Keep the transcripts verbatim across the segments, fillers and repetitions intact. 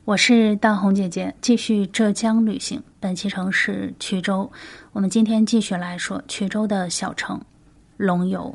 我是大红姐姐，继续浙江旅行。本期城市衢州，我们今天继续来说衢州的小城龙游。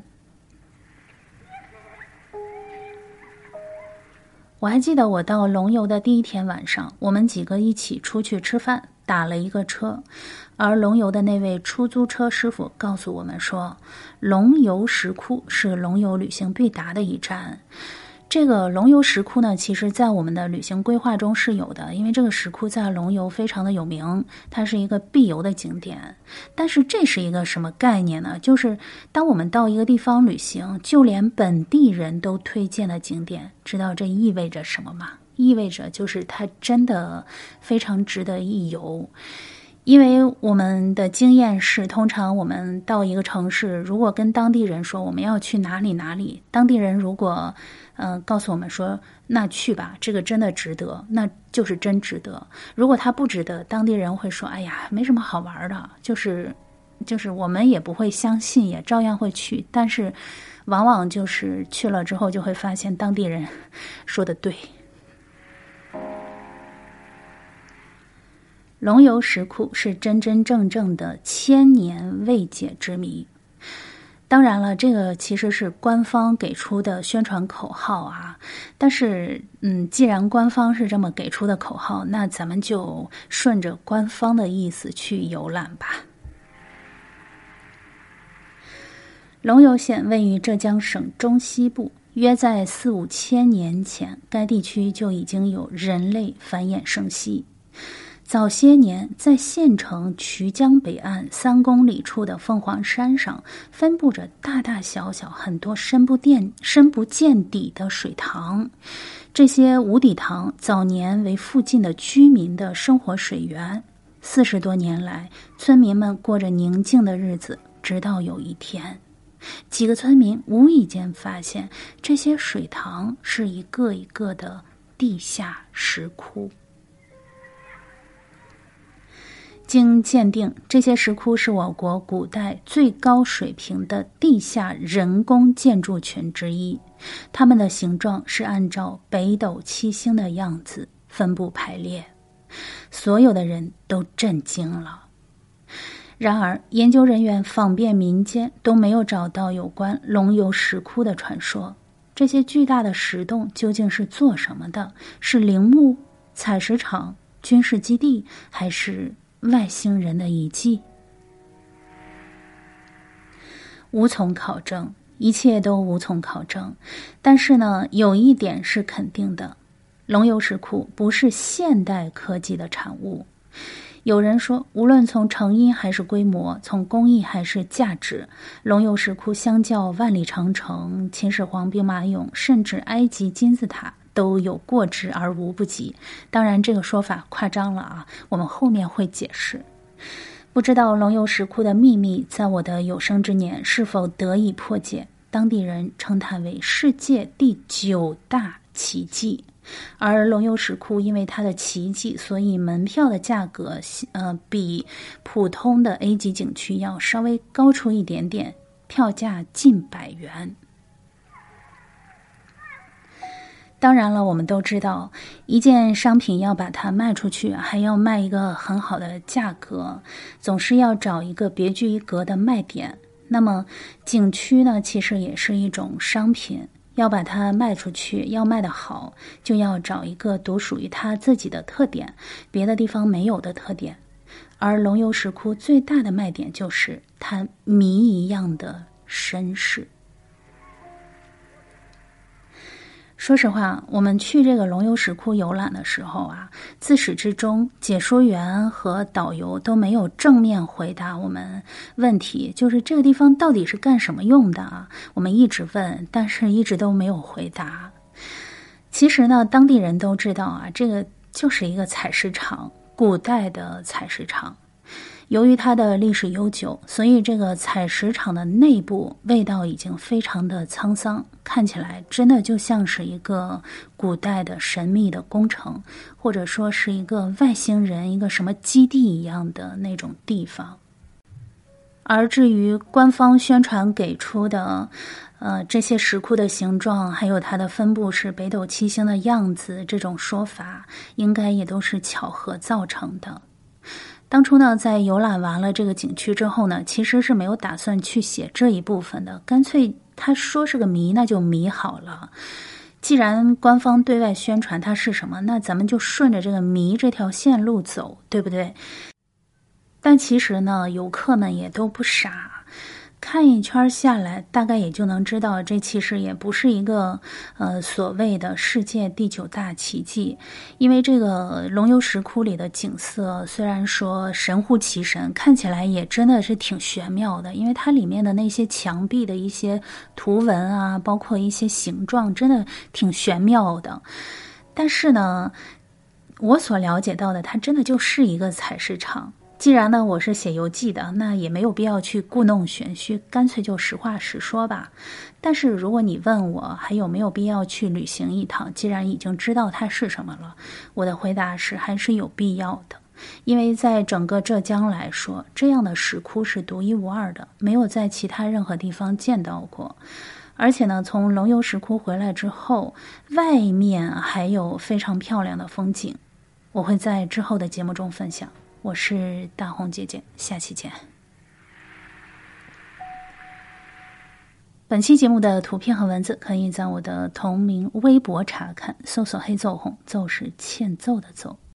我还记得我到龙游的第一天晚上，我们几个一起出去吃饭，打了一个车，而龙游的那位出租车师傅告诉我们说，龙游石窟是龙游旅行必达的一站。这个龙游石窟呢，其实在我们的旅行规划中是有的，因为这个石窟在龙游非常的有名，它是一个必游的景点。但是这是一个什么概念呢？就是当我们到一个地方旅行，就连本地人都推荐的景点，知道这意味着什么吗？意味着就是它真的非常值得一游。因为我们的经验是，通常我们到一个城市，如果跟当地人说我们要去哪里哪里，当地人如果呃告诉我们说那去吧，这个真的值得，那就是真值得。如果他不值得，当地人会说哎呀没什么好玩的，就是就是我们也不会相信，也照样会去。但是往往就是去了之后就会发现当地人说的对。龙游石窟是真真正正的千年未解之谜。当然了，这个其实是官方给出的宣传口号啊。但是，嗯，既然官方是这么给出的口号，那咱们就顺着官方的意思去游览吧。龙游县位于浙江省中西部，约在四五千年前，该地区就已经有人类繁衍生息。早些年，在县城衢江北岸三公里处的凤凰山上，分布着大大小小很多深不见深不见底的水塘。这些无底塘早年为附近的居民的生活水源。四十多年来，村民们过着宁静的日子，直到有一天，几个村民无意间发现，这些水塘是一个一个的地下石窟。经鉴定，这些石窟是我国古代最高水平的地下人工建筑群之一，它们的形状是按照北斗七星的样子分布排列。所有的人都震惊了。然而，研究人员访遍民间都没有找到有关龙游石窟的传说。这些巨大的石洞究竟是做什么的？是陵墓、采石场、军事基地，还是外星人的遗迹？无从考证，一切都无从考证。但是呢，有一点是肯定的，龙游石窟不是现代科技的产物。有人说，无论从成因还是规模，从工艺还是价值，龙游石窟相较万里长城、秦始皇兵马俑，甚至埃及金字塔，都有过之而无不及。当然这个说法夸张了啊，我们后面会解释。不知道龙游石窟的秘密在我的有生之年是否得以破解，当地人称它为世界第九大奇迹。而龙游石窟因为它的奇迹，所以门票的价格呃比普通的 A 级景区要稍微高出一点点，票价近百元。当然了，我们都知道，一件商品要把它卖出去，还要卖一个很好的价格，总是要找一个别具一格的卖点。那么景区呢，其实也是一种商品，要把它卖出去，要卖得好，就要找一个独属于它自己的特点，别的地方没有的特点。而龙游石窟最大的卖点就是它谜一样的身世。说实话，我们去这个龙游石窟游览的时候啊，自始至终解说员和导游都没有正面回答我们问题，就是这个地方到底是干什么用的啊？我们一直问，但是一直都没有回答。其实呢，当地人都知道啊，这个就是一个采石场，古代的采石场。由于它的历史悠久，所以这个采石场的内部味道已经非常的沧桑，看起来真的就像是一个古代的神秘的工程，或者说是一个外星人一个什么基地一样的那种地方。 而至于官方宣传给出的呃，这些石窟的形状还有它的分布是北斗七星的样子，这种说法应该也都是巧合造成的。当初呢，在游览完了这个景区之后呢，其实是没有打算去写这一部分的，干脆他说是个谜，那就谜好了。既然官方对外宣传它是什么，那咱们就顺着这个谜这条线路走，对不对？但其实呢，游客们也都不傻，看一圈下来，大概也就能知道，这其实也不是一个呃所谓的世界第九大奇迹。因为这个龙游石窟里的景色，虽然说神乎其神，看起来也真的是挺玄妙的，因为它里面的那些墙壁的一些图文啊，包括一些形状，真的挺玄妙的。但是呢，我所了解到的，它真的就是一个采石场。既然呢我是写游记的，那也没有必要去故弄玄虚，干脆就实话实说吧。但是如果你问我还有没有必要去旅行一趟，既然已经知道它是什么了，我的回答是还是有必要的。因为在整个浙江来说，这样的石窟是独一无二的，没有在其他任何地方见到过。而且呢，从龙游石窟回来之后，外面还有非常漂亮的风景，我会在之后的节目中分享。我是大红姐姐，下期见。本期节目的图片和文字可以在我的同名微博查看，搜索黑奏红，奏是欠揍的奏。